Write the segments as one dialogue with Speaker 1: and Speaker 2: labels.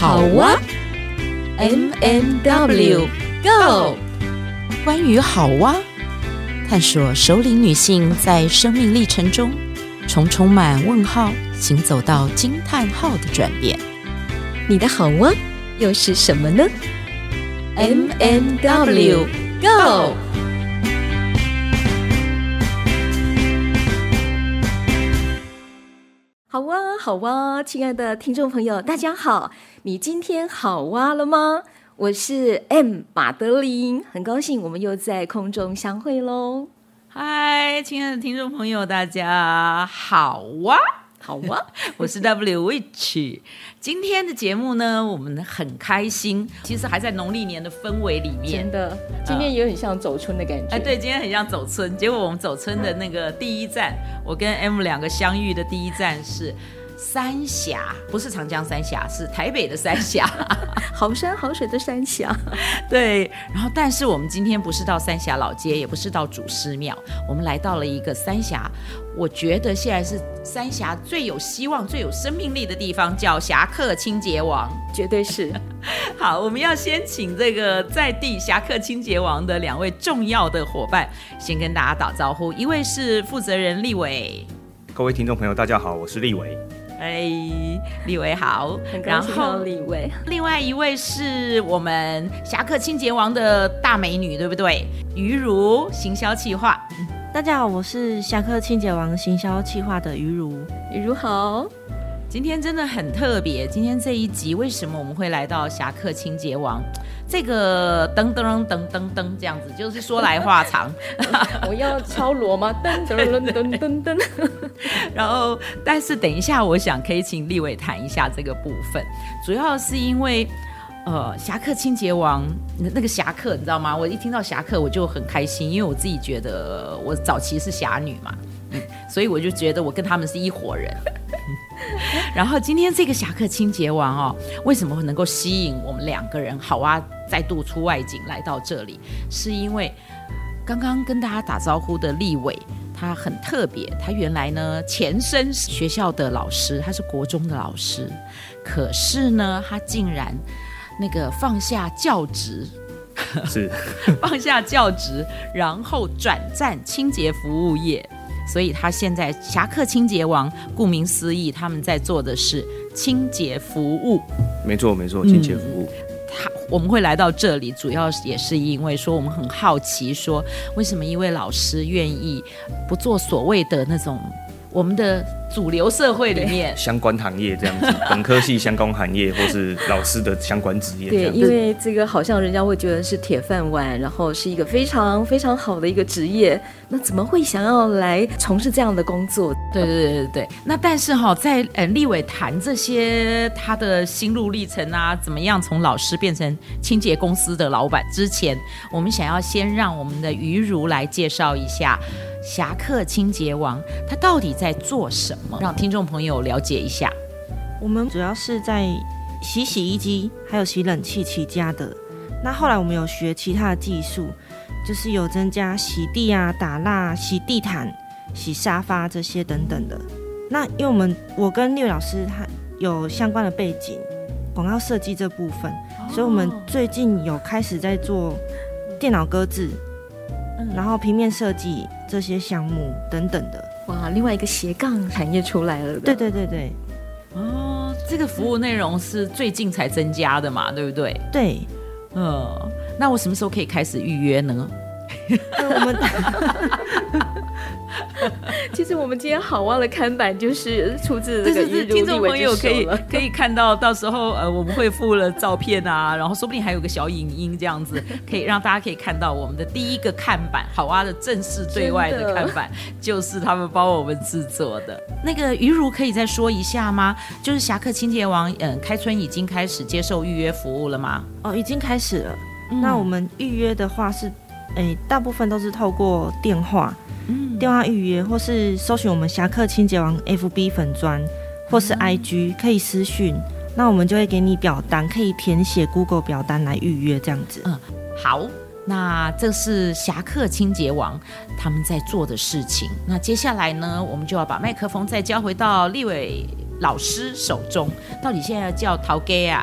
Speaker 1: 好哇 ，MMW Go。
Speaker 2: 关于好哇，探索首领女性在生命历程中从充满问号行走到惊叹号的转变。
Speaker 1: 你的好哇又是什么呢？ MMW Go。好哇，好哇，亲爱的听众朋友，大家好！你今天好哇了吗？我是 马德琳，很高兴我们又在空中相会喽。
Speaker 2: 嗨，亲爱的听众朋友，大家好哇！
Speaker 1: 好哇，
Speaker 2: 我是 W Witch。今天的节目呢，我们很开心，其实还在农历年的氛围里面。
Speaker 1: 真的，今天也很像走春的感觉。
Speaker 2: 对，今天很像走春。结果我们走春的那个第一站，我跟 M 两个相遇的第一站是三峡，不是长江三峡，是台北的三峡，
Speaker 1: 好山好水的三峡。
Speaker 2: 对，然后但是我们今天不是到三峡老街，也不是到祖师庙，我们来到了一个三峡，我觉得现在是三峡最有希望、最有生命力的地方，叫侠客清洁王，
Speaker 1: 绝对是。
Speaker 2: 好，我们要先请这个在地侠客清洁王的两位重要的伙伴，先跟大家打招呼。一位是负责人立伟。
Speaker 3: 各位听众朋友，大家好，我是立伟。
Speaker 2: 立伟好，
Speaker 1: 很高兴到立伟。
Speaker 2: 另外一位是我们侠客清洁王的大美女，对不对？于如，行销企划。
Speaker 4: 大家好，我是侠客清洁王行销企划的于如。
Speaker 1: 于如好。
Speaker 2: 今天真的很特别，今天这一集为什么我们会来到侠客清洁王？这个噔噔噔噔噔这样子，就是说来话长。
Speaker 1: 我要敲锣吗？噔噔噔噔噔噔。
Speaker 2: 然后，但是等一下，我想可以请立伟谈一下这个部分，主要是因为。侠客清洁王那个侠客，你知道吗？我一听到侠客我就很开心，因为我自己觉得我早期是侠女嘛，所以我就觉得我跟他们是一伙人。然后今天这个侠客清洁王哦，为什么能够吸引我们两个人好啊再度出外景来到这里，是因为刚刚跟大家打招呼的立伟他很特别，他原来呢前身是学校的老师，他是国中的老师，可是呢他竟然那个放下教职，
Speaker 3: 是
Speaker 2: 放下教职，然后转战清洁服务业，所以他现在侠客清洁王，顾名思义，他们在做的是清洁服务。
Speaker 3: 没错没错，清洁服务。
Speaker 2: 我们会来到这里，主要也是因为说我们很好奇，说为什么一位老师愿意不做所谓的那种我们的主流社会里面
Speaker 3: 相关行业这样子，本科系相关行业或是老师的相关职业这样子。
Speaker 1: 对，因为这个好像人家会觉得是铁饭碗，然后是一个非常非常好的一个职业，那怎么会想要来从事这样的工作？
Speaker 2: 对。那但是在立伟谈这些他的心路历程啊，怎么样从老师变成清洁公司的老板之前，我们想要先让我们的于如来介绍一下侠客清洁王他到底在做什么，让听众朋友了解一下。
Speaker 4: 我们主要是在洗衣机还有洗冷气起家的，那后来我们有学其他的技术，就是有增加洗地啊、打蜡、洗地毯、洗沙发这些等等的。那因为我跟立伟老师他有相关的背景，广告设计这部分，所以我们最近有开始在做电脑割制，然后平面设计这些项目等等的。
Speaker 1: 哇，另外一个斜杠产业出来了。
Speaker 4: 对。
Speaker 2: 这个服务内容是最近才增加的嘛，对不对？
Speaker 4: 对。
Speaker 2: 那我什么时候可以开始预约呢？
Speaker 1: 其实我们今天好哇的看板就是出自这个于如
Speaker 2: 听众朋友可以看到，到时候我们会附了照片啊，然后说不定还有个小影音这样子，可以让大家可以看到我们的第一个看板，好哇的正式对外的看板就是他们帮我们制作的。那个于如可以再说一下吗？就是侠客清洁王开春已经开始接受预约服务了吗？
Speaker 4: 已经开始了。那我们预约的话是大部分都是透过电话预约，或是搜寻我们侠客清洁王 FB 粉专，或是 IG 可以私讯，那我们就会给你表单，可以填写 Google 表单来预约这样子。
Speaker 2: 好，那这是侠客清洁王他们在做的事情。那接下来呢，我们就要把麦克风再交回到立伟老师手中。到底现在叫陶哥啊，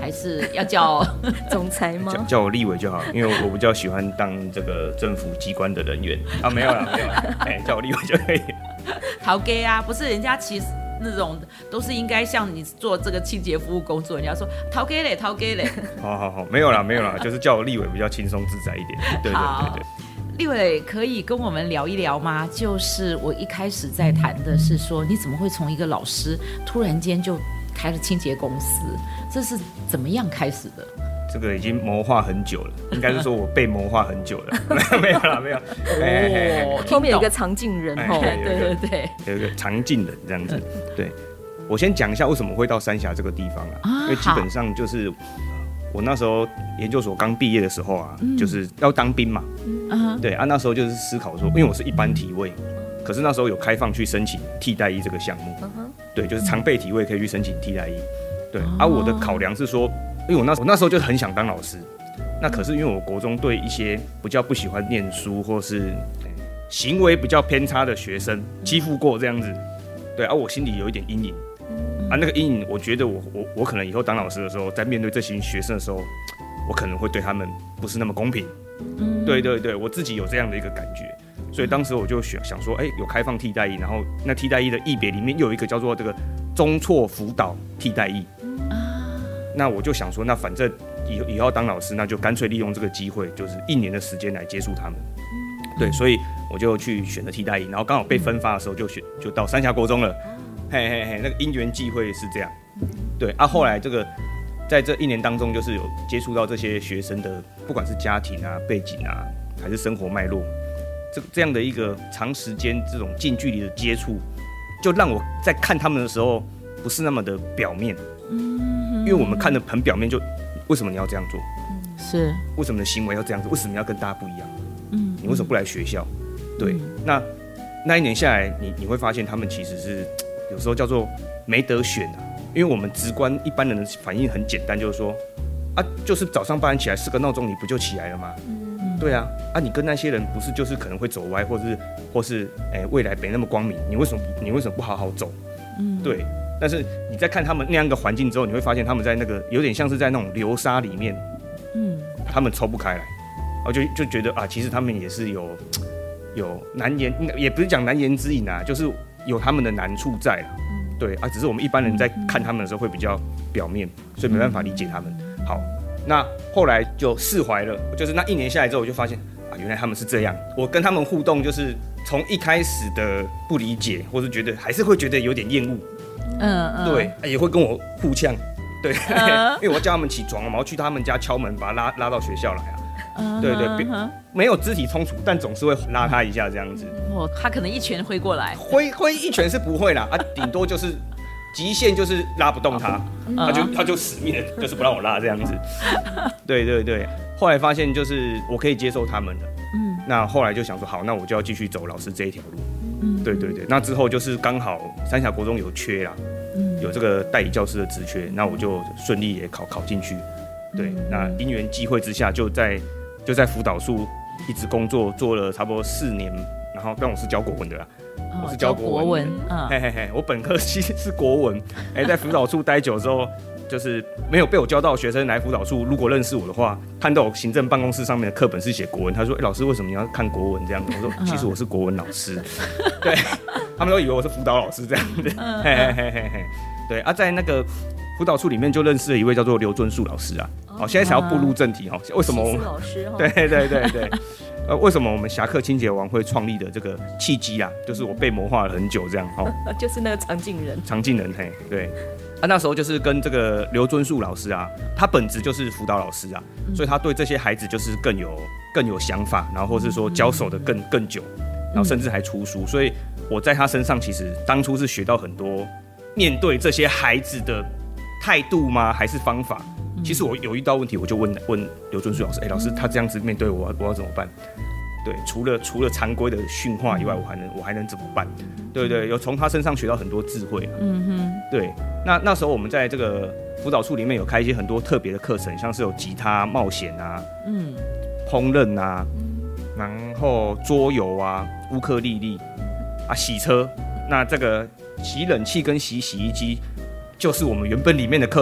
Speaker 2: 还是要叫
Speaker 1: 总裁吗？
Speaker 3: 叫我立委就好，因为我比较喜欢当这个政府机关的人员啊，没有啦，叫我立委就可以。
Speaker 2: 陶给啊，不是人家其实那种都是应该像你做这个清洁服务工作，人家说陶给嘞，陶给嘞。
Speaker 3: 好，没有啦，就是叫我立委比较轻松自在一点。对。
Speaker 2: 立委可以跟我们聊一聊吗？就是我一开始在谈的是说，你怎么会从一个老师突然间就开了清洁公司？这是怎么样开始的？
Speaker 3: 这个已经谋划很久了，应该是说我被谋划很久了。没有。
Speaker 1: 后面有一个藏镜人
Speaker 2: 对，
Speaker 3: 有一个藏镜人这样子。对，我先讲一下为什么会到三峡这个地方因为基本上就是我那时候研究所刚毕业的时候就是要当兵嘛。对那时候就是思考说，因为我是一般体位，可是那时候有开放去申请替代役这个项目。对，就是常备体位可以去申请替代役。对我的考量是说，因为我那时候就很想当老师，那可是因为我国中对一些比较不喜欢念书或是行为比较偏差的学生欺负过这样子。对我心里有一点阴影。那个阴影，我觉得我可能以后当老师的时候，在面对这群学生的时候，我可能会对他们不是那么公平。对，我自己有这样的一个感觉，所以当时我就想说，有开放替代役，然后那替代役的役别里面又有一个叫做这个中辍辅导替代役。那我就想说，那反正以后要当老师，那就干脆利用这个机会，就是1年的时间来接触他们。对，所以我就去选了替代役，然后刚好被分发的时候就到三峡国中了。那个因缘际会是这样。对后来这个在这1年当中，就是有接触到这些学生的，不管是家庭背景还是生活脉络，这样的一个长时间这种近距离的接触，就让我在看他们的时候不是那么的表面。因为我们看得很表面，就为什么你要这样做？
Speaker 2: 是
Speaker 3: 为什么你的行为要这样子？为什么你要跟大家不一样？你为什么不来学校？对，那1年下来，你会发现他们其实是有时候叫做没得选因为我们直观一般人的反应很简单，就是说就是早上8点起来，4个闹钟你不就起来了吗？对你跟那些人不是就是可能会走歪，或是未来没那么光明，你为什么不好好走？对。但是你在看他们那样的环境之后，你会发现他们在那个有点像是在那种流沙里面，他们抽不开来，就觉得其实他们也是有难言，也不是讲难言之隐就是有他们的难处在对只是我们一般人在看他们的时候会比较表面，所以没办法理解他们。好，那后来就释怀了，就是那1年下来之后，我就发现原来他们是这样。我跟他们互动，就是从一开始的不理解，或是还是会觉得有点厌恶。对，也会跟我互呛。对，因为我叫他们起床，我要去他们家敲门，把他拉到学校来对，没有肢体冲突，但总是会拉他一下这样子。
Speaker 2: 他可能一拳挥过来，
Speaker 3: 挥一拳是不会啦，顶多就是极限就是拉不动他，他就死命的，就是不让我拉这样子。对，后来发现就是我可以接受他们的，那后来就想说，好，那我就要继续走老师这一条路。对，那之后就是刚好三峡国中有缺啦，有这个代理教师的职缺，那我就顺利也考进去。对，那因缘际会之下，就在辅导处一直工作，做了差不多4年，然后但我是教国文的啦。我是教国文，我本科系是国文，在辅导处待久之后，就是没有被我教到的学生来辅导处，如果认识我的话，看到我行政办公室上面的课本是写国文，他说：“老师，为什么你要看国文这样子？”我说：“其实我是国文老师。”对，他们都以为我是辅导老师这样子。对在那个辅导处里面就认识了一位叫做刘尊树老师现在才要步入正题为什么我们
Speaker 1: 老师
Speaker 3: 对。为什么我们侠客清洁王会创立的这个契机就是我被谋划了很久这样
Speaker 1: 就是那个常进人
Speaker 3: 对那时候就是跟这个刘尊树老师他本职就是辅导老师所以他对这些孩子就是更有想法，然后或是说交手的更久，然后甚至还出书，所以我在他身上其实当初是学到很多面对这些孩子的态度吗？还是方法？其实我有遇到问题，我就问刘尊树老师，老师他这样子面对我要怎么办？对，除了常规的训话以外，我还能怎么办？对，有从他身上学到很多智慧。对，那时候我们在这个辅导处里面有开一些很多特别的课程，像是有吉他冒险烹饪然后桌游乌克丽丽洗车。那这个洗冷气跟洗衣机就是我们原本里面的课程。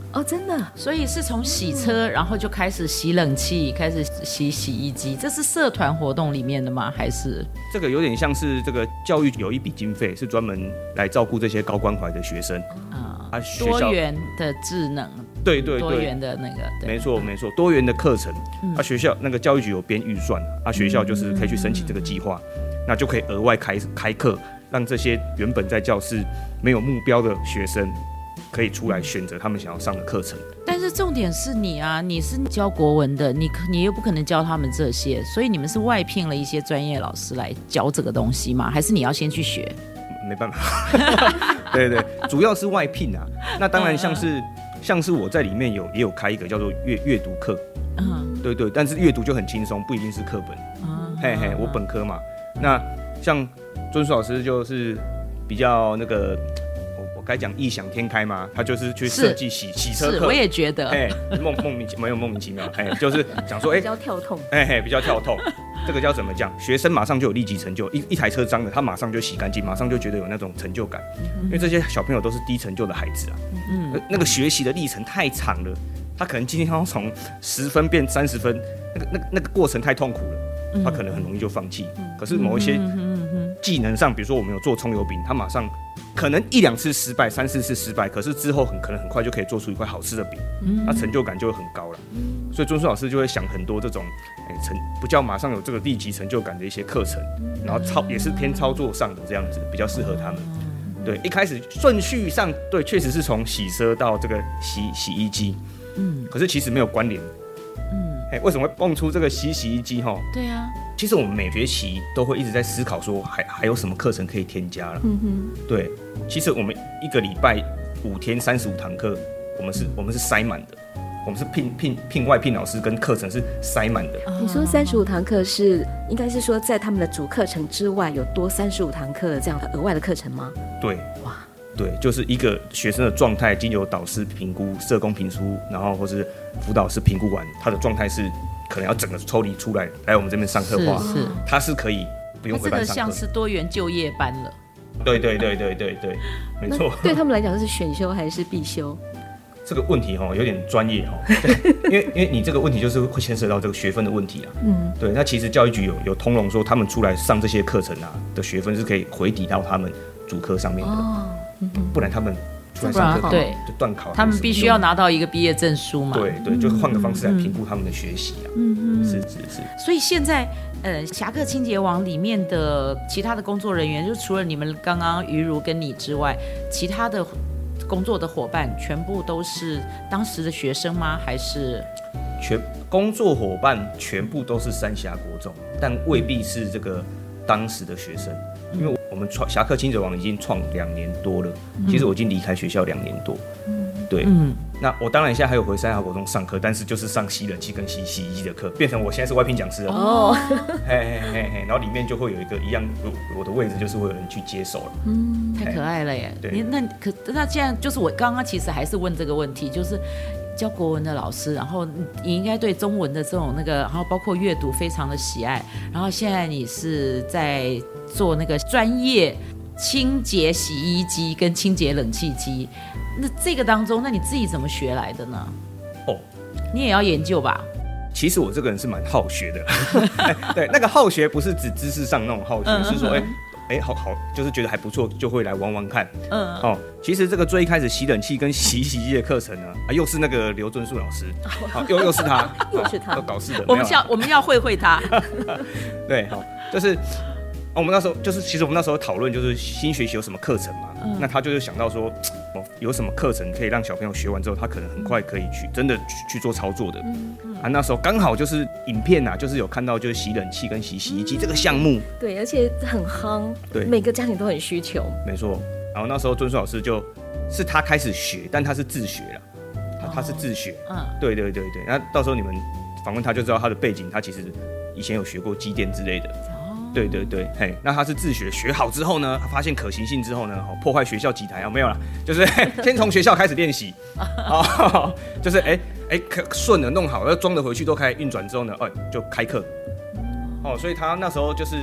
Speaker 1: 哦，真的，
Speaker 2: 所以是从洗车，然后就开始洗冷气，开始洗洗衣机，这是社团活动里面的吗？还是
Speaker 3: 这个有点像是这个教育有一笔经费是专门来照顾这些高关怀的学生
Speaker 2: 多元的智能，
Speaker 3: 对对对，
Speaker 2: 多元的那个，
Speaker 3: 没错没错，多元的课程，学校那个教育局有编预算学校就是可以去申请这个计划，那就可以额外开课，让这些原本在教室没有目标的学生可以出来选择他们想要上的课程。
Speaker 2: 但是重点是你啊，你是教国文的，你又不可能教他们这些，所以你们是外聘了一些专业老师来教这个东西吗？还是你要先去学？
Speaker 3: 没办法，对对，主要是外聘啊。那当然像是我在里面也有开一个叫做阅读课，对对，但是阅读就很轻松，不一定是课本，嘿嘿，我本科嘛。那像尊叔老师就是比较那个。我该讲异想天开嘛，他就是去设计洗车课，
Speaker 2: 我也觉得，
Speaker 3: 莫名其妙，就是讲说，
Speaker 1: 比较跳痛，
Speaker 3: 比较跳痛，这个叫怎么讲？学生马上就有立即成就，一台车脏了，他马上就洗干净，马上就觉得有那种成就感，因为这些小朋友都是低成就的孩子啊，那个学习的历程太长了，他可能今天要从10分变30分，那个过程太痛苦了，他可能很容易就放弃。可是某一些技能上，比如说我们有做葱油饼，他马上可能1-2次失败，3-4次失败，可是之后可能很快就可以做出一块好吃的饼，那成就感就会很高了。所以尊叔老师就会想很多这种不叫马上有这个立即成就感的一些课程，然后也是偏操作上的这样子，比较适合他们。对，一开始顺序上对，确实是从洗车到这个洗衣机，可是其实没有关联。为什么会蹦出这个洗衣机？
Speaker 2: 对啊，
Speaker 3: 其实我们每学期都会一直在思考说还有什么课程可以添加了。对，其实我们一个礼拜5天35堂课，我们是塞满的，我们是聘外聘老师跟课程是塞满的。
Speaker 1: 你说35堂课是应该是说在他们的主课程之外有多35堂课这样额外的课程吗？
Speaker 3: 对，哇。对，就是一个学生的状态，经由导师评估、社工评估，然后或是辅导师评估完，他的状态是可能要整个抽离出来我们这边上课的话，他是可以不用回班上课。
Speaker 2: 这个像是多元就业班了。
Speaker 3: 对，没错。
Speaker 1: 对他们来讲是选修还是必修？
Speaker 3: 这个问题有点专业因为你这个问题就是会牵涉到这个学分的问题啊。对，那其实教育局有通融说，他们出来上这些课程的学分是可以回抵到他们主科上面的。不然他们出来上课
Speaker 2: 对
Speaker 3: 就断考，
Speaker 2: 他们必须要拿到一个毕业证书嘛。
Speaker 3: 对，就换个方式来评估他们的学习啊。是。
Speaker 2: 所以现在侠客清洁网里面的其他的工作人员，就除了你们刚刚于如跟你之外，其他的工作的伙伴全部都是当时的学生吗？还是
Speaker 3: 工作伙伴全部都是三峡国中，但未必是这个当时的学生，因为我们侠客清洁网已经创2年多了，其实我已经离开学校2年多，对，那我当然现在还有回三峡国中上课，但是就是上洗冷气跟洗衣机的课，变成我现在是外聘讲师了。然后里面就会有一个一样，我的位置就是会有人去接手了。
Speaker 2: 太可爱了耶！
Speaker 3: 对，
Speaker 2: 那现在就是我刚刚其实还是问这个问题，就是教国文的老师，然后你应该对中文的这种然后包括阅读非常的喜爱，然后现在你是在做那个专业清洁洗衣机跟清洁冷气机，那这个当中，那你自己怎么学来的呢？你也要研究吧？
Speaker 3: 其实我这个人是蛮好学的，对，那个好学不是指知识上那种好学，是说好，就是觉得还不错，就会来玩玩看。其实这个最一开始洗冷气跟洗洗衣的课程呢，又是那个刘尊树老师，又是他，
Speaker 1: 又是他，
Speaker 3: 搞事的。
Speaker 2: 我们要会他。
Speaker 3: 对，就是我们那时候就是，其实我们那时候讨论就是新学期有什么课程嘛，那他就是想到说，有什么课程可以让小朋友学完之后，他可能很快可以真的去做操作的。那时候刚好就是影片就是有看到就是洗冷气跟洗衣机这个项目，
Speaker 1: 对，而且很夯，对，每个家庭都很需求，
Speaker 3: 没错。然后那时候尊树老师就是他开始学，但他是自学了，他是自学，对。那到时候你们访问他就知道他的背景，他其实以前有学过机电之类的。对，那他是自学，学好之后呢，他发现可行性之后呢，破坏学校几台没有啦，就是先从学校开始练习，就是顺了弄好，要装得回去都开始运转之后呢，就开课，所以他那时候就是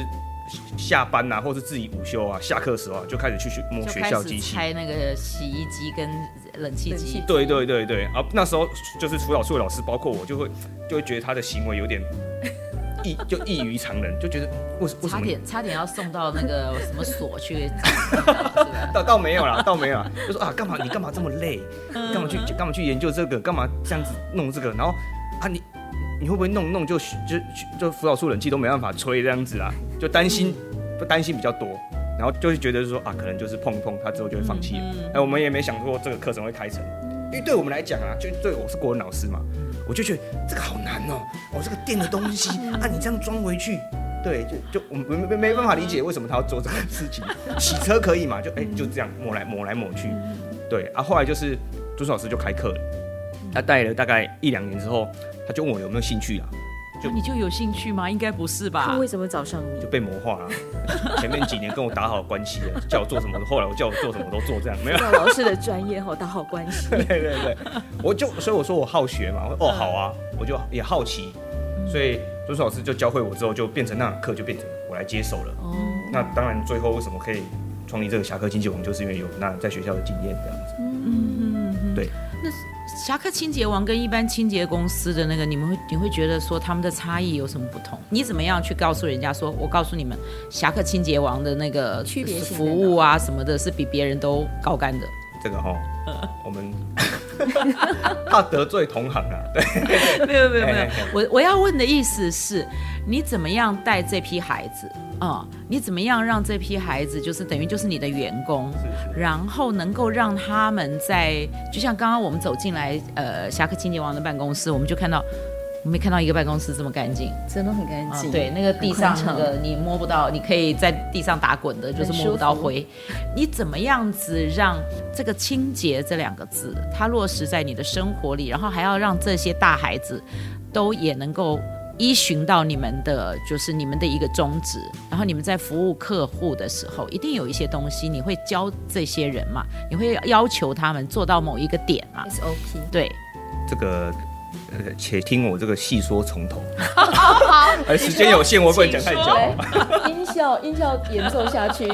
Speaker 3: 下班啊，或是自己午休啊，下课的时候就开始去摸学校机器，
Speaker 2: 拆那个洗衣机跟冷气机。
Speaker 3: 对。啊，那时候就是辅导处的老师，包括我，就会觉得他的行为有点异于常人，就觉得为什么
Speaker 2: 差点要送到那个什么所去，
Speaker 3: 倒没有啦，就说啊，你干嘛这么累？干嘛去研究这个？干嘛这样子弄这个？然后啊你会不会弄就辅导处冷气都没办法吹这样子啊？就担心比较多，然后就会觉得说啊，可能就是碰一碰，他之后就会放弃了。我们也没想过这个课程会开成，因为对我们来讲啊，就对我是国文老师嘛，我就觉得这个好难哦，这个电的东西啊，你这样装回去，对，就我们没办法理解为什么他要做这个事情。洗车可以嘛？就这样抹来抹去，对啊。后来就是朱老师就开课了，他带了大概1-2年之后，他就问我有没有兴趣啦。
Speaker 2: 你就有兴趣吗？应该不是吧？
Speaker 1: 他为什么找上你？
Speaker 3: 就被魔化了。前面几年跟我打好关系了，叫我做什么，后来叫我做什么都做这样，没有。
Speaker 1: 老师的专业打好关系。
Speaker 3: 对，所以我说我好学嘛，好啊，我就也好奇，所以朱老师就教会我之后，就变成那堂课就变成我来接手了。那当然最后为什么可以创立这个侠客清洁网，就是因为有那在学校的经验这样子。对。
Speaker 2: 那侠客清洁王跟一般清洁公司的那个，你会觉得说他们的差异有什么不同？你怎么样去告诉人家说，我告诉你们，侠客清洁王的那个
Speaker 1: 区别
Speaker 2: 服务啊什么的，是比别人都高干的？
Speaker 3: 这个我们怕得罪同行啊。对，
Speaker 2: 没有，我要问的意思是，你怎么样带这批孩子？你怎么样让这批孩子就是等于就是你的员工，然后能够让他们就像刚刚我们走进来侠客清洁王的办公室，我们没看到一个办公室这么干净，
Speaker 1: 真的很干净。
Speaker 2: 对，那个地上那个你摸不到，你可以在地上打滚的，就是摸不到灰。你怎么样子让这个清洁这2个字，它落实在你的生活里，然后还要让这些大孩子都也能够依循到你们的一个宗旨，然后你们在服务客户的时候，一定有一些东西你会教这些人嘛，你会要求他们做到某一个点嘛
Speaker 1: SOP。
Speaker 2: 对，
Speaker 3: 这个且听我这个细说从头。时间有限，我不能讲太久。
Speaker 1: 音效演奏下去。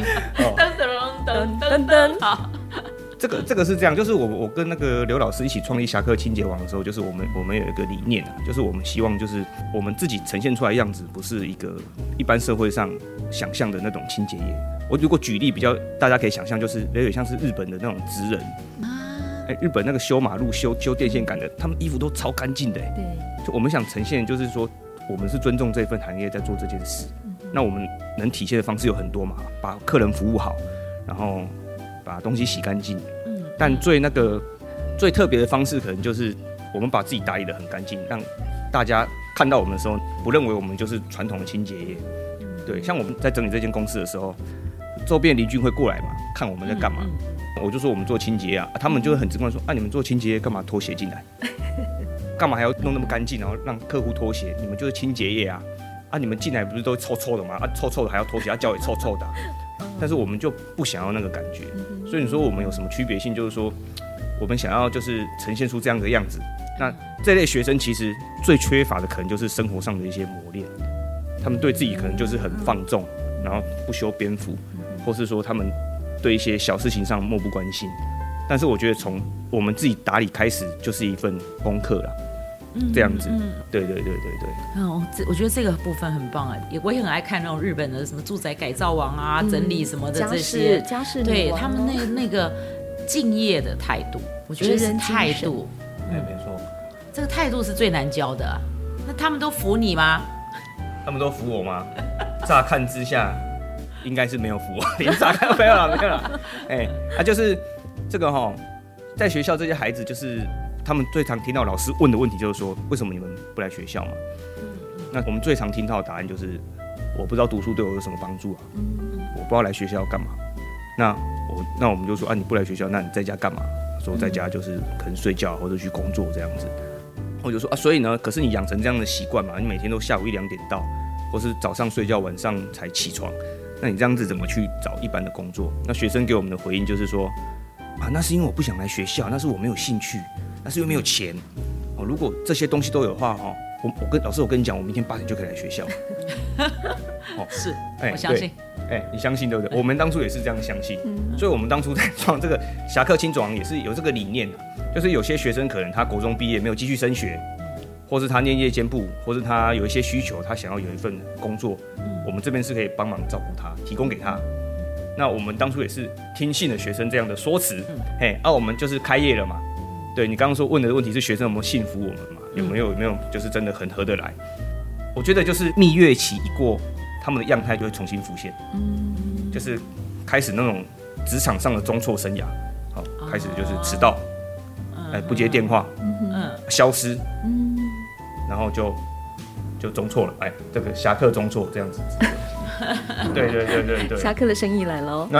Speaker 2: 噔，好。
Speaker 3: 这个是这样，就是我跟那个刘老师一起创立侠客清洁网的时候，就是我们有一个理念啊，就是我们希望就是我们自己呈现出来的样子，不是一个一般社会上想象的那种清洁业。我如果举例比较大家可以想象，就是有点像是日本的那种职人。日本那个修马路、修电线杆的，他们衣服都超干净的。
Speaker 1: 对，
Speaker 3: 就我们想呈现，就是说我们是尊重这份行业在做这件事。那我们能体现的方式有很多嘛，把客人服务好，然后把东西洗干净。但最特别的方式，可能就是我们把自己打理得很干净，让大家看到我们的时候，不认为我们就是传统的清洁业。对，像我们在整理这间公司的时候，周边邻居会过来嘛，看我们在干嘛。我就说我们做清洁啊，他们就会很直观说啊，你们做清洁干嘛拖鞋进来？干嘛还要弄那么干净，然后让客户拖鞋？你们就是清洁业啊！你们进来不是都臭臭的吗？臭臭的还要拖鞋，脚也臭臭的。但是我们就不想要那个感觉，所以你说我们有什么区别性？就是说，我们想要就是呈现出这样的样子。那这类学生其实最缺乏的可能就是生活上的一些磨练，他们对自己可能就是很放纵，然后不修边幅，或是说他们对一些小事情上漠不关心。但是我觉得从我们自己打理开始，就是一份功课啦。这样子，对。
Speaker 2: 我觉得这个部分很棒啊，我也很爱看那种日本的什么住宅改造王啊，整理什么的这些
Speaker 1: 家事
Speaker 2: 对他们那个敬业的态度，我觉得是态度。
Speaker 3: 对，没错，
Speaker 2: 这个态度是最难教的。那他们都服你吗？
Speaker 3: 他们都服我吗？乍看之下，应该是没有服我，连乍看没有了。就是这个在学校这些孩子就是。他们最常听到老师问的问题就是说，为什么你们不来学校嘛？那我们最常听到的答案就是，我不知道读书对我有什么帮助啊，我不知道来学校要干嘛。那我们就说你不来学校，那你在家干嘛？说在家就是可能睡觉或者去工作这样子。我就说所以呢，可是你养成这样的习惯嘛，你每天都下午1-2点到，或是早上睡觉，晚上才起床，那你这样子怎么去找一般的工作？那学生给我们的回应就是说，那是因为我不想来学校，那是我没有兴趣。但是又没有钱如果这些东西都有的话我跟老师，我跟你讲，我明天8点就可以来学校。
Speaker 2: 是，我相信。
Speaker 3: 你相信对不对？我们当初也是这样相信，所以我们当初在创这个侠客青总也是有这个理念的，就是有些学生可能他国中毕业没有继续升学，或是他念夜间部，或是他有一些需求，他想要有一份工作，我们这边是可以帮忙照顾他，提供给他。那我们当初也是听信了学生这样的说辞，我们就是开业了嘛。对，你刚刚说问的问题是学生有没有信服我们嘛？有没有就是真的很合得来？我觉得就是蜜月期一过，他们的样态就会重新浮现，就是开始那种职场上的中辍生涯，开始就是迟到，不接电话，消失，然后就中辍了，这个侠客中辍这样子。对，
Speaker 1: 侠客的生意来了哦。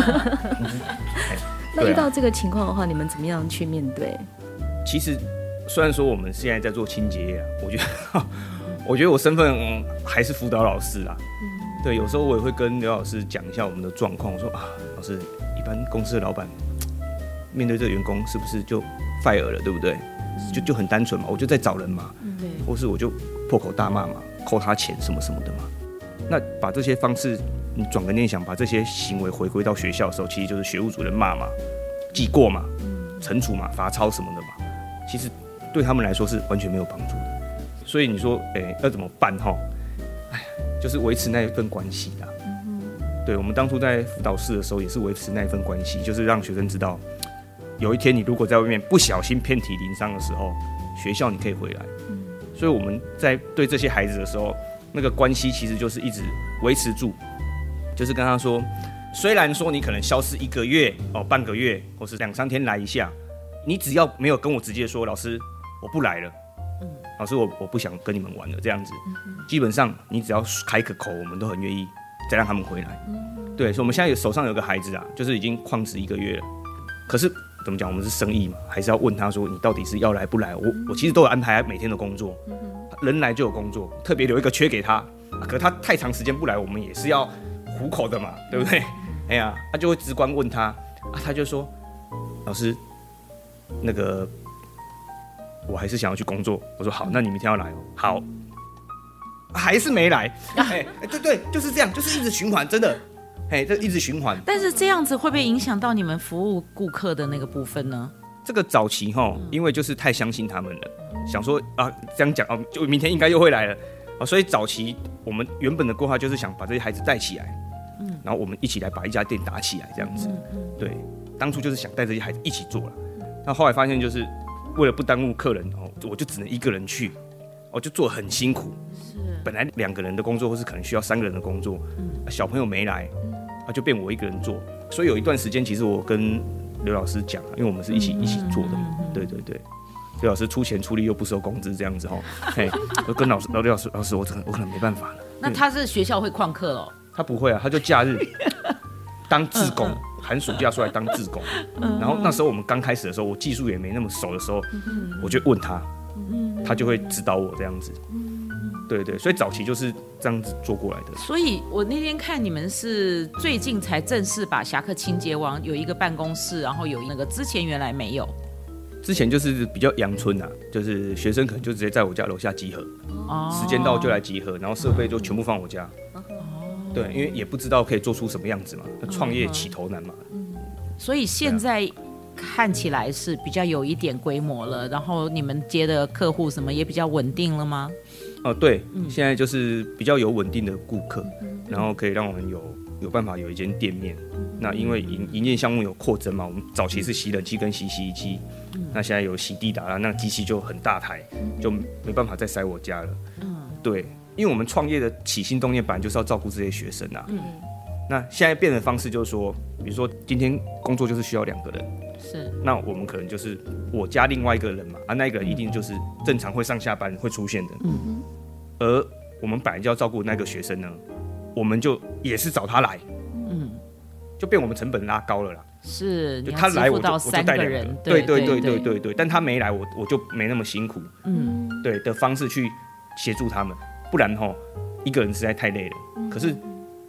Speaker 1: 那遇到这个情况的话，你们怎么样去面对？
Speaker 3: 其实虽然说我们现在在做清洁业我觉得我身份还是辅导老师啦。对，有时候我也会跟刘老师讲一下我们的状况，我说老师，一般公司的老板面对这个员工是不是就 fire 了，对不对？就很单纯嘛，我就在找人嘛，或是我就破口大骂嘛，扣他钱什么什么的嘛。那把这些方式，你转个念想，把这些行为回归到学校的时候，其实就是学务主任骂嘛、记过嘛、惩处嘛、罚抄什么的嘛，其实对他们来说是完全没有帮助的。所以你说，要怎么办哈？就是维持那一份关系啦。对，我们当初在辅导室的时候，也是维持那一份关系，就是让学生知道，有一天你如果在外面不小心遍体鳞伤的时候，学校你可以回来。所以我们在对这些孩子的时候，那个关系其实就是一直维持住，就是跟他说，虽然说你可能消失1个月、半个月，或是2、3天来一下，你只要没有跟我直接说，老师我不来了，老师我不想跟你们玩了，这样子，基本上你只要开个口，我们都很愿意再让他们回来。对，所以我们现在手上有个孩子啊，就是已经旷职1个月了，可是怎么讲，我们是生意嘛，还是要问他说你到底是要来不来？我其实都有安排每天的工作，人来就有工作，特别留一个缺给他，可他太长时间不来，我们也是要糊口的嘛，对不对？他就会直观问他，他就说，老师，那个我还是想要去工作。我说好，那你明天要来哦。好，还是没来。对，就是这样，就是一直循环，真的。这一直循环。但
Speaker 2: 是这样子会不会影响到你们服务顾客的那个部分呢？
Speaker 3: 这个早期因为就是太相信他们了，想说这样讲就明天应该又会来了所以早期我们原本的规划就是想把这些孩子带起来，然后我们一起来把一家店打起来，这样子。对，当初就是想带这些孩子一起做了。那后来发现就是为了不耽误客人我就只能1个人去，就做很辛苦。本来2个人的工作，或是可能需要3个人的工作，小朋友没来，就变我1个人做。所以有一段时间，其实我跟刘老师讲，因为我们是一起做的嘛，对。刘老师出钱出力又不收工资，这样子我跟老师，我可能没办法了。
Speaker 2: 那他是学校会旷课了？
Speaker 3: 他不会啊，他就假日当志工，寒暑假出来当志工。然后那时候我们刚开始的时候，我技术也没那么熟的时候，我就问他，他就会指导我这样子。对，所以早期就是这样子做过来的。
Speaker 2: 所以我那天看你们是最近才正式把侠客清洁王有一个办公室，然后有那个之前原来没有。
Speaker 3: 之前就是比较阳春就是学生可能就直接在我家楼下集合，时间到就来集合，然后设备就全部放我家。对，因为也不知道可以做出什么样子嘛，创业起头难嘛。
Speaker 2: 所以现在看起来是比较有一点规模了，然后你们接的客户什么也比较稳定了吗？
Speaker 3: 对，现在就是比较有稳定的顾客，然后可以让我们有办法有一间店面。那因为营业项目有扩增嘛，我们早期是洗冷气跟洗洗衣机，那现在有洗地打蜡，那机器就很大台，就没办法再塞我家了。对，因为我们创业的起心动念本来就是要照顾这些学生啊。那现在变的方式就是说，比如说今天工作就是需要2个人，
Speaker 2: 是，
Speaker 3: 那我们可能就是我加另外1个人嘛，那一个人一定就是正常会上下班会出现的。而我们本来就要照顾那个学生呢，我们就也是找他来，就变我们成本拉高了啦。
Speaker 2: 是，
Speaker 3: 就他来我就带2
Speaker 2: 个，
Speaker 3: 对，但他没来我就没那么辛苦，对的方式去协助他们，不然1个人实在太累了。可是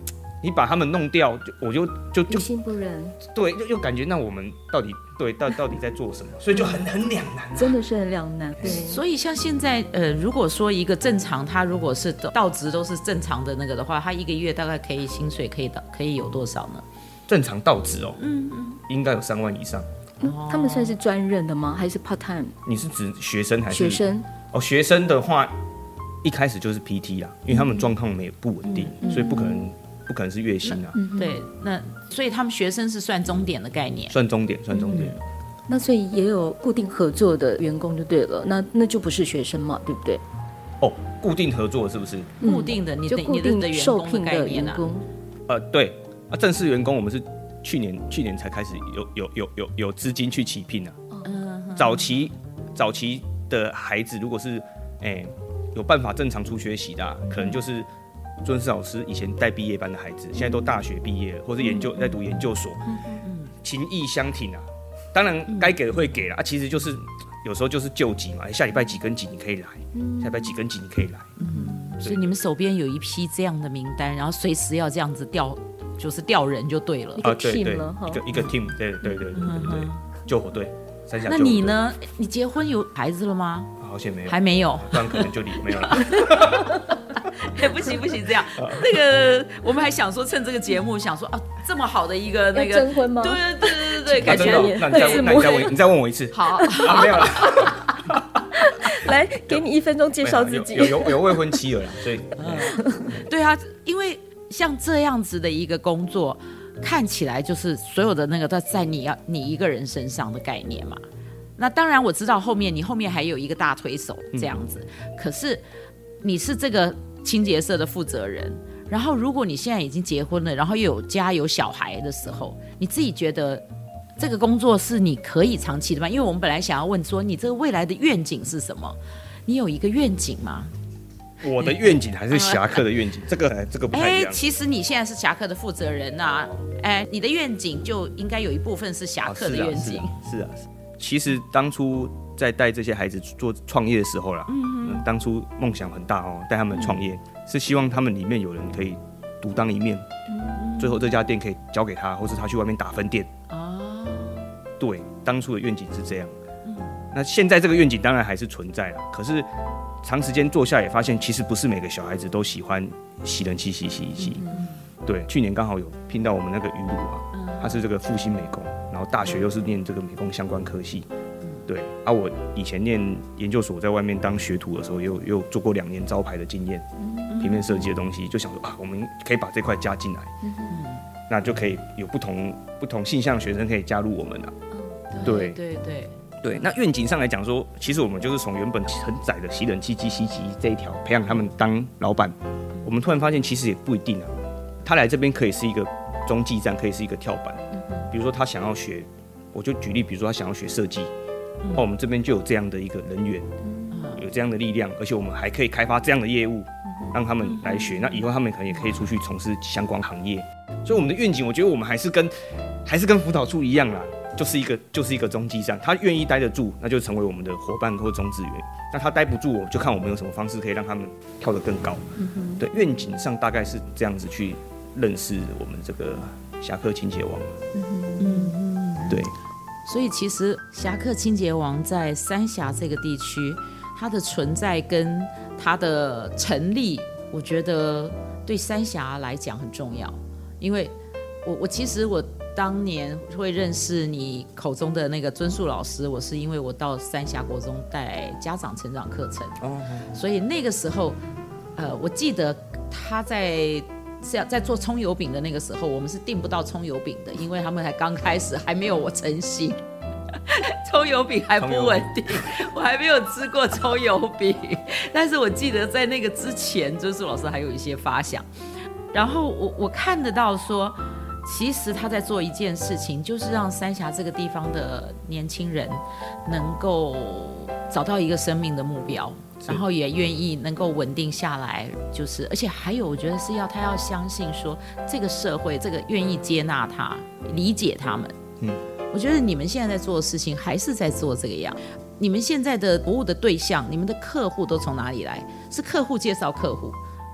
Speaker 3: 你把他们弄掉，我就
Speaker 1: 于心不忍。
Speaker 3: 对，又感觉那我们到底在做什么？所以就很两难，
Speaker 1: 真的是很两难。对，
Speaker 2: 所以像现在如果说一个正常，他如果是到职都是正常的那个的话，他一个月大概薪水可以有多少呢？
Speaker 3: 正常到职哦，应该有3万以上。
Speaker 1: 他们算是专任的吗？还是 part time？
Speaker 3: 你是指学生还是
Speaker 1: 学生？
Speaker 3: 哦，学生的话一开始就是 PT 啦，因为他们状况不稳定，所以不可能是月薪啊。
Speaker 2: 对，那所以他们学生是算钟点的概念，
Speaker 3: 算钟点。
Speaker 1: 那所以也有固定合作的员工就对了，那就不是学生嘛，对不对？
Speaker 3: 哦，固定合作是不是？
Speaker 2: 固定的，你的员工的概念啊？
Speaker 3: 对啊，正式员工我们是去年才开始有资金去起聘啊。早期的孩子如果是有办法正常出学习的可能就是尊师老师以前带毕业班的孩子，现在都大学毕业了，或是在读研究所，情义相挺啊。当然该给的会给啦，其实就是有时候就是救急嘛，下礼拜几跟几你可以来，下礼拜几跟几你可以来。
Speaker 2: 所以你们手边有一批这样的名单，然后随时要这样子调人就对了。
Speaker 1: 一个 team 了，
Speaker 3: 一个 team， 对，救火队。
Speaker 2: 那你呢？你结婚有孩子了吗？
Speaker 3: 好像没有，
Speaker 2: 还没有，
Speaker 3: 不然可能就没有了。
Speaker 2: 不行，这样那个我们还想说趁这个节目想说这么好的一个那个
Speaker 1: 征婚吗？
Speaker 2: 对，感觉
Speaker 3: 你再问我一次。
Speaker 2: 好，
Speaker 3: 没有了。
Speaker 1: 来，给你1分钟介绍自己。
Speaker 3: 有未婚妻了啦，所以
Speaker 2: 对啊，因为像这样子的一个工作，看起来就是所有的那个都在你一个人身上的概念嘛。那当然我知道你后面还有一个大推手这样子，可是你是这个清洁社的负责人，然后如果你现在已经结婚了，然后又有家有小孩的时候，你自己觉得这个工作是你可以长期的吗？因为我们本来想要问说你这个未来的愿景是什么，你有一个愿景吗？
Speaker 3: 我的愿景还是侠客的愿景，这个不太一样。
Speaker 2: 其实你现在是侠客的负责人啊，你的愿景就应该有一部分是侠客的愿景。
Speaker 3: 是啊。其实当初在带这些孩子做创业的时候啦，当初梦想很大哦，带他们创业是希望他们里面有人可以独当一面，最后这家店可以交给他，或是他去外面打分店。对，当初的愿景是这样。那现在这个愿景当然还是存在啦，可是长时间做下也发现，其实不是每个小孩子都喜欢洗人器、洗衣机。对，去年刚好有聘到我们那个鱼鲁啊，他是这个复兴美工，然后大学又是念这个美工相关科系。对啊，我以前念研究所，在外面当学徒的时候，也有做过2年招牌的经验，平面设计的东西，就想说我们可以把这块加进来，那就可以有不同性向的学生可以加入我们了。对，那愿景上来讲说，其实我们就是从原本很窄的洗冷气机、洗衣机这一条培养他们当老板，我们突然发现其实也不一定啊。他来这边可以是一个中继站，可以是一个跳板。比如说他想要学，我就举例，比如说他想要学设计，我们这边就有这样的一个人员，有这样的力量，而且我们还可以开发这样的业务，让他们来学。那以后他们可能也可以出去从事相关行业。所以我们的愿景，我觉得我们还是跟辅导处一样啦。就是一个中继站，他愿意待得住，那就成为我们的伙伴或中志员。那他待不住，我就看我们有什么方式可以让他们跳得更高。对，愿景上大概是这样子去认识我们这个侠客清洁王。对。
Speaker 2: 所以其实侠客清洁王在三峡这个地区，它的存在跟它的成立，我觉得对三峡来讲很重要，因为其实我当年会认识你口中的那个尊树老师，我是因为我到三峡国中带家长成长课程，所以那个时候，我记得他在做葱油饼的那个时候，我们是订不到葱油饼的，因为他们还刚开始，还没有我成型，葱油饼还不稳定，我还没有吃过葱油饼。但是我记得在那个之前，尊树老师还有一些发想，然后我看得到说。其实他在做一件事情，就是让三峡这个地方的年轻人能够找到一个生命的目标，然后也愿意能够稳定下来，就是而且还有我觉得是他要相信说这个社会这个愿意接纳他理解他们。我觉得你们现在在做的事情还是在做这个样。你们现在的服务的对象，你们的客户都从哪里来？是客户介绍客户，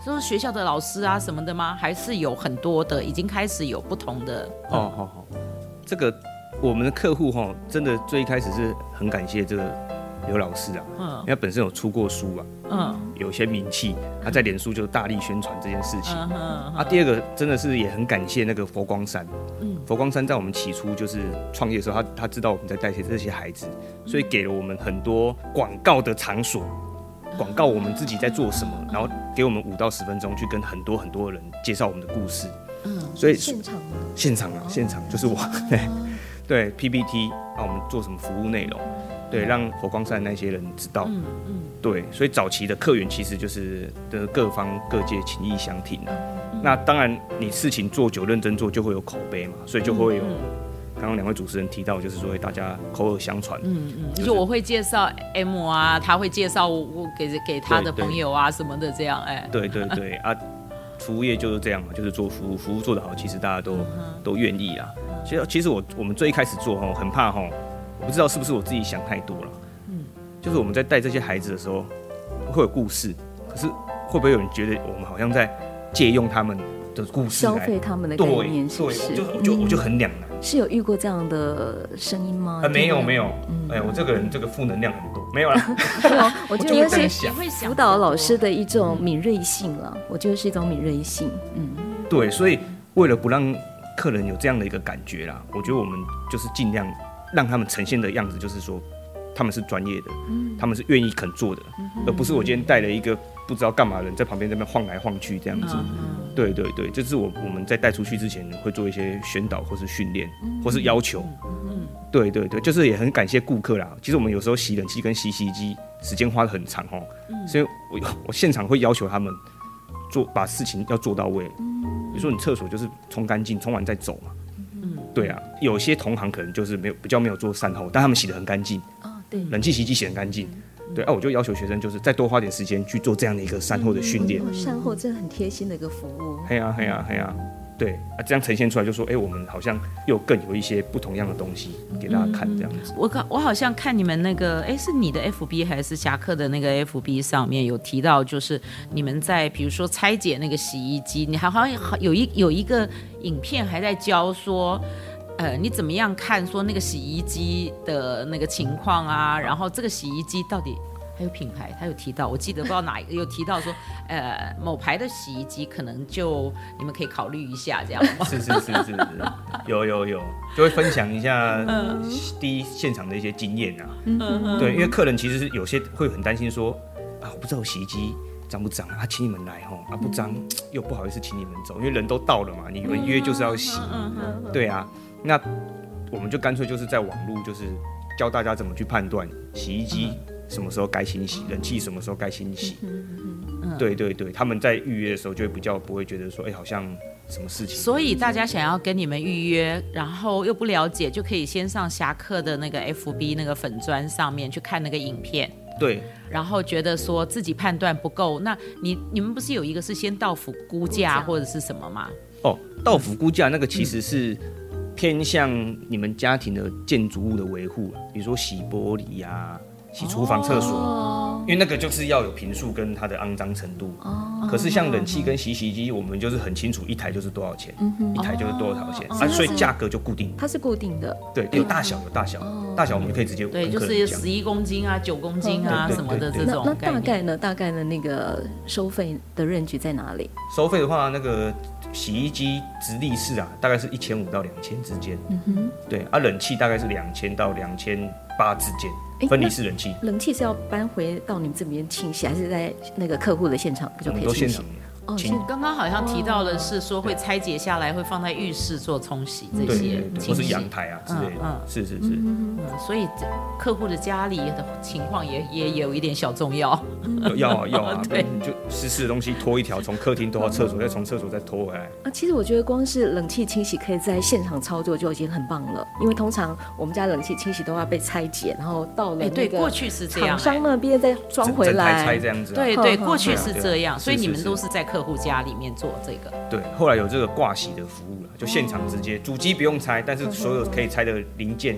Speaker 2: 说学校的老师啊什么的吗？还是有很多的，已经开始有不同的？
Speaker 3: 好，这个我们的客户真的最一开始是很感谢这个刘老师啊，因为他本身有出过书啊，有些名气，他在脸书就大力宣传这件事情。第二个真的是也很感谢那个佛光山，佛光山在我们起初就是创业的时候，他知道我们在带这些孩子，所以给了我们很多广告的场所。广告我们自己在做什么，然后给我们5到10分钟去跟很多的人介绍我们的故事。所以
Speaker 1: 现场吗？
Speaker 3: 现场就是我，对 PPT 我们做什么服务内容，对，让佛光山那些人知道。对，所以早期的客源其实就是的各方各界情谊相挺啊。那当然，你事情做久、认真做，就会有口碑嘛，所以就会有。刚刚2位主持人提到，就是说大家口耳相传，
Speaker 2: 就是我会介绍 M 啊，他会介绍我给他的朋友啊什么的，这样
Speaker 3: 对啊，服务业就是这样嘛，就是做服务做得好，其实大家都愿意啦。其实我们最一开始做很怕我不知道是不是我自己想太多了，就是我们在带这些孩子的时候会有故事，可是会不会有人觉得我们好像在借用他们的故事
Speaker 1: 消费他们的概念？是不是？
Speaker 3: 我就很两难。
Speaker 1: 是有遇过这样的声音吗？
Speaker 3: 没有，我这个人这个负能量很多，没有啦。
Speaker 1: 我觉得是辅导老师的一种敏锐性了，我觉得是一种敏锐性。
Speaker 3: 对，所以为了不让客人有这样的一个感觉啦，我觉得我们就是尽量让他们呈现的样子，就是说他们是专业的，他们是愿意肯做的，而不是我今天带了一个不知道干嘛的人在旁边那边晃来晃去这样子。对，这是我们在带出去之前会做一些宣导或是训练或是要求。对，就是也很感谢顾客啦。其实我们有时候洗冷气跟洗洗衣机时间花得很长所以我现场会要求他们把事情要做到位。比如说你厕所就是冲干净，冲完再走嘛。对啊，有些同行可能就是比较没有做善后，但他们洗得很干净。
Speaker 1: 对，
Speaker 3: 冷气洗衣机洗得很干净。对我就要求学生就是再多花点时间去做这样的一个善后的训练。
Speaker 1: 善后真的很贴心的一个服务。
Speaker 3: 嘿呀，对这样呈现出来就说，我们好像又更有一些不同样的东西给大家看这样子。
Speaker 2: 我好像看你们那个，是你的 FB 还是侠客的那个 FB 上面有提到，就是你们在比如说拆解那个洗衣机，你好像有一个影片还在教说。你怎么样看说那个洗衣机的那个情况啊？然后这个洗衣机到底还有品牌，他有提到，我记得不知道哪一个有提到说，某牌的洗衣机可能就你们可以考虑一下这样吗？
Speaker 3: 是，有，就会分享一下第一现场的一些经验啊。对，因为客人其实是有些会很担心说我不知道我洗衣机脏不脏啊？请你们来不脏又不好意思请你们走，因为人都到了嘛，你们约就是要洗。对啊。那我们就干脆就是在网络就是教大家怎么去判断洗衣机什么时候该清洗，冷气什么时候该清洗。对，他们在预约的时候就会比较不会觉得说好像什么事情。
Speaker 2: 所以大家想要跟你们预约，然后又不了解，就可以先上侠客的那个 FB 那个粉专上面去看那个影片。
Speaker 3: 对，
Speaker 2: 然后觉得说自己判断不够，那你们不是有一个是先到府估价或者是什么吗？
Speaker 3: 到府估价那个其实是偏向你们家庭的建筑物的维护，比如说洗玻璃啊、洗厨房、厕所，因为那个就是要有坪数跟它的肮脏程度。可是像冷气跟洗衣机，我们就是很清楚一台就是多少钱，一台就是多少钱所以价格就固定。
Speaker 1: 它是固定的，
Speaker 3: 对，有大小，大小我们可以直接
Speaker 2: 对，就是11公斤啊、9公斤啊什么的这种。
Speaker 1: 那大概呢那个收费的range在哪里？
Speaker 3: 收费的话，那个洗衣机直立式大概是1500到2000之间。对冷气大概是2000到2800之间。分离式冷气，
Speaker 1: 冷气是要搬回到你们这边清洗，还是在那个客户的现场就可以清洗？
Speaker 2: 刚刚好像提到的是说会拆解下来，会放在浴室做冲洗这些，
Speaker 3: 或是阳台之类的。是。
Speaker 2: 所以客户的家里的情况也有一点小重要。
Speaker 3: 要对，就湿的东西拖一条，从客厅拖到厕所，再从厕所再拖回来。
Speaker 1: 其实我觉得光是冷气清洗可以在现场操作就已经很棒了，因为通常我们家冷气清洗都要被拆解，然后到了
Speaker 2: 对，过去是这样，
Speaker 1: 厂商那边再装回来，
Speaker 3: 整台拆这样子。
Speaker 2: 对，过去是这样，所以你们都是在客户家里面做这个。
Speaker 3: 对，后来有这个挂洗的服务了，就现场直接主机不用拆，但是所有可以拆的零件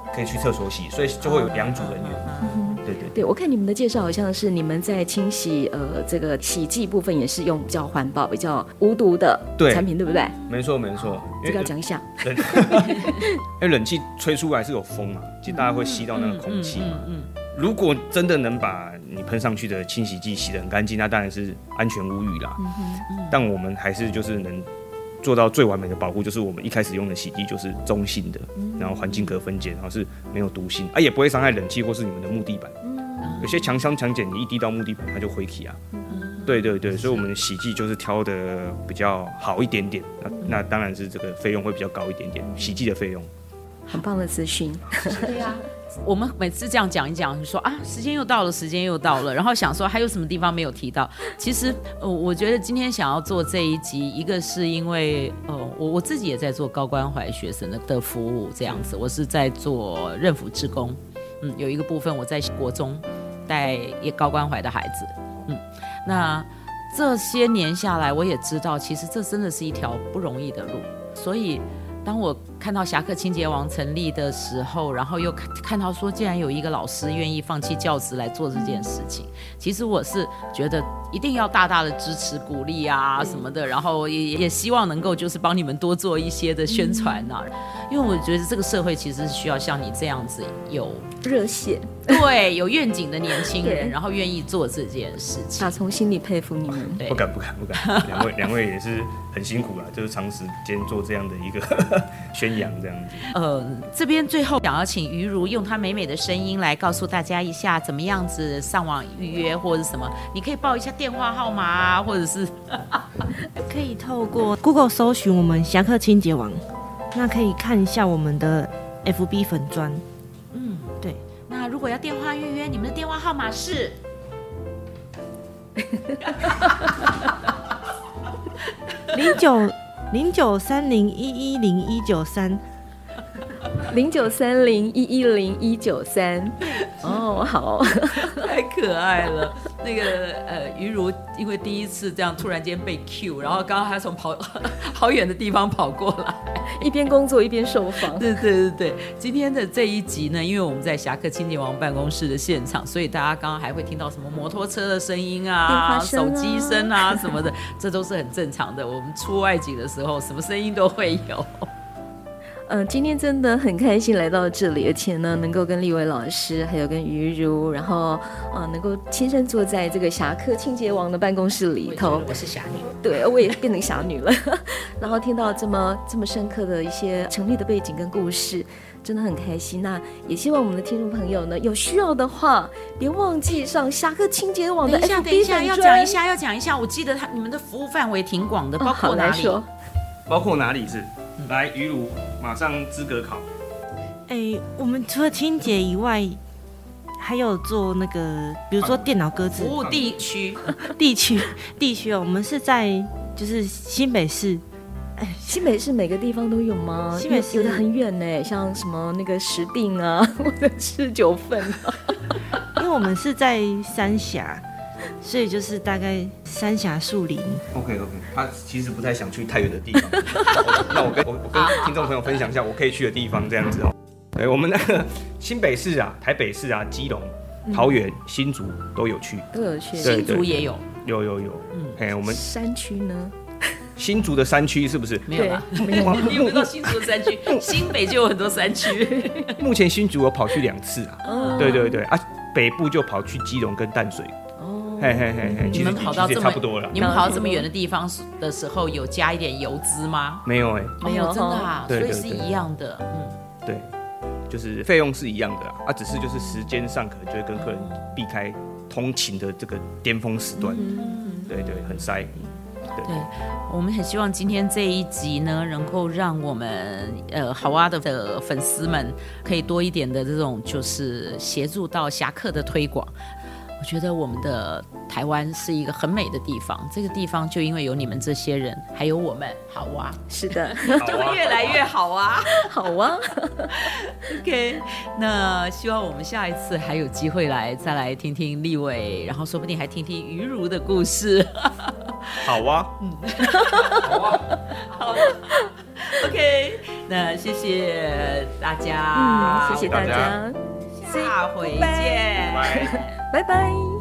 Speaker 3: 可以去厕所洗，所以就会有2组人员。
Speaker 1: 对，我看你们的介绍好像是你们在清洗这个洗剂部分也是用比较环保、比较无毒的产品，对不对？
Speaker 3: 没错，
Speaker 1: 这个要讲一下。
Speaker 3: 因为冷气吹出来是有风嘛，其实大家会吸到那个空气嘛。如果真的能把你喷上去的清洗剂洗得很干净，那当然是安全无虞啦。但我们还是就是能做到最完美的保护，就是我们一开始用的洗剂就是中性的，然后环境隔分解，然后是没有毒性也不会伤害冷气或是你们的木地板。有些强酸强碱你一滴到木地板它就灰起啊。对，所以我们的洗剂就是挑的比较好一点点，那当然是这个费用会比较高一点点，洗剂的费用。
Speaker 1: 很棒的资讯。
Speaker 2: 对呀。我们每次这样讲一讲，就说时间又到了，然后想说还有什么地方没有提到。其实我觉得今天想要做这一集，一个是因为我自己也在做高关怀学生的服务，这样子，我是在做认辅志工，有一个部分我在国中带高关怀的孩子，那这些年下来，我也知道，其实这真的是一条不容易的路，所以。当我看到侠客清洁王成立的时候，然后又看到说，竟然有一个老师愿意放弃教职来做这件事情，其实我是觉得一定要大大的支持鼓励啊什么的，然后也希望能够就是帮你们多做一些的宣传啊，因为我觉得这个社会其实是需要像你这样子有
Speaker 1: 热血，
Speaker 2: 对，有愿景的年轻人，然后愿意做这件事情。
Speaker 1: 打从心里佩服你们。
Speaker 3: 不敢，两位也是很辛苦啦，就是长时间做这样的一个宣扬这样子。
Speaker 2: 这边最后想要请于如用她美美的声音来告诉大家一下，怎么样子上网预约或者什么？你可以报一下电话号码啊，或者是
Speaker 4: 可以透过 Google 搜寻我们侠客清洁王，那可以看一下我们的 FB 粉专。对。
Speaker 2: 那如果要电话预约，你们的电话号码是
Speaker 4: 0930110193。
Speaker 1: 0930110193。哦，好，
Speaker 2: 太可爱了。那个于如因为第一次这样突然间被 Q， 然后刚刚还从好远的地方跑过来，
Speaker 1: 一边工作一边受访。
Speaker 2: 对，今天的这一集呢，因为我们在侠客清洁王办公室的现场，所以大家刚刚还会听到什么摩托车的声音啊、手机声啊什么的，这都是很正常的。我们出外景的时候，什么声音都会有。
Speaker 1: 今天真的很开心来到这里，而且呢，能够跟立伟老师还有跟于如，然后能够亲身坐在这个侠客清洁王的办公室里头。
Speaker 2: 我是侠女，
Speaker 1: 对，我也变成侠女了。然后听到这么深刻的一些成立的背景跟故事，真的很开心。那也希望我们的听众朋友呢，有需要的话，别忘记上侠客清洁网的 FB 粉专。
Speaker 2: 等一下，要讲一下。我记得你们的服务范围挺广的，包括哪里？
Speaker 3: 包括哪里是？来，于如马上资格考。
Speaker 4: 我们除了清洁以外，还有做那个，比如说电脑鸽子
Speaker 2: 服务地区
Speaker 4: 哦。我们是在就是新北市。
Speaker 1: 新北市每个地方都有吗？
Speaker 4: 新北市
Speaker 1: 有的很远呢，像什么那个石碇啊，或者是9份啊。
Speaker 4: 因为我们是在三峡。所以就是大概三峡树林。
Speaker 3: OK， 他其实不太想去太远的地方。那我跟听众朋友分享一下我可以去的地方，这样子哦。对，我们那个新北市啊、台北市啊、基隆、桃园、新竹都有去。
Speaker 2: 新竹也有。
Speaker 3: 有。我们
Speaker 1: 山区呢？
Speaker 3: 新竹的山区是不是？
Speaker 2: 没有啦，没有。你有没有到新竹的山区？新北就有很多山区。
Speaker 3: 目前新竹我跑去2次啊。对啊，北部就跑去基隆跟淡水。
Speaker 2: 你们跑到这么
Speaker 3: 差不多了。
Speaker 2: 你们跑到这么远的地方的时候，有加一点油资吗？
Speaker 3: 没有
Speaker 2: 没有，真的啊，
Speaker 3: 所
Speaker 2: 以是一样的。
Speaker 3: 对，就是费用是一样的啊，只是就是时间上可能就会跟客人避开通勤的这个巅峰时段。对，很塞。
Speaker 2: 对，我们很希望今天这一集呢，能够让我们好蛙的粉丝们可以多一点的这种就是协助到侠客的推广。我觉得我们的台湾是一个很美的地方，这个地方就因为有你们这些人，还有我们好蛙，
Speaker 1: 是的，
Speaker 2: 就会越来越好啊，
Speaker 1: 好啊。
Speaker 2: OK， 那希望我们下一次还有机会再来听听立伟，然后说不定还听听于如的故事。
Speaker 3: 好啊，
Speaker 2: 好啊。OK， 那谢谢大家，
Speaker 1: 谢谢大家，
Speaker 2: 下回见，
Speaker 1: 拜拜。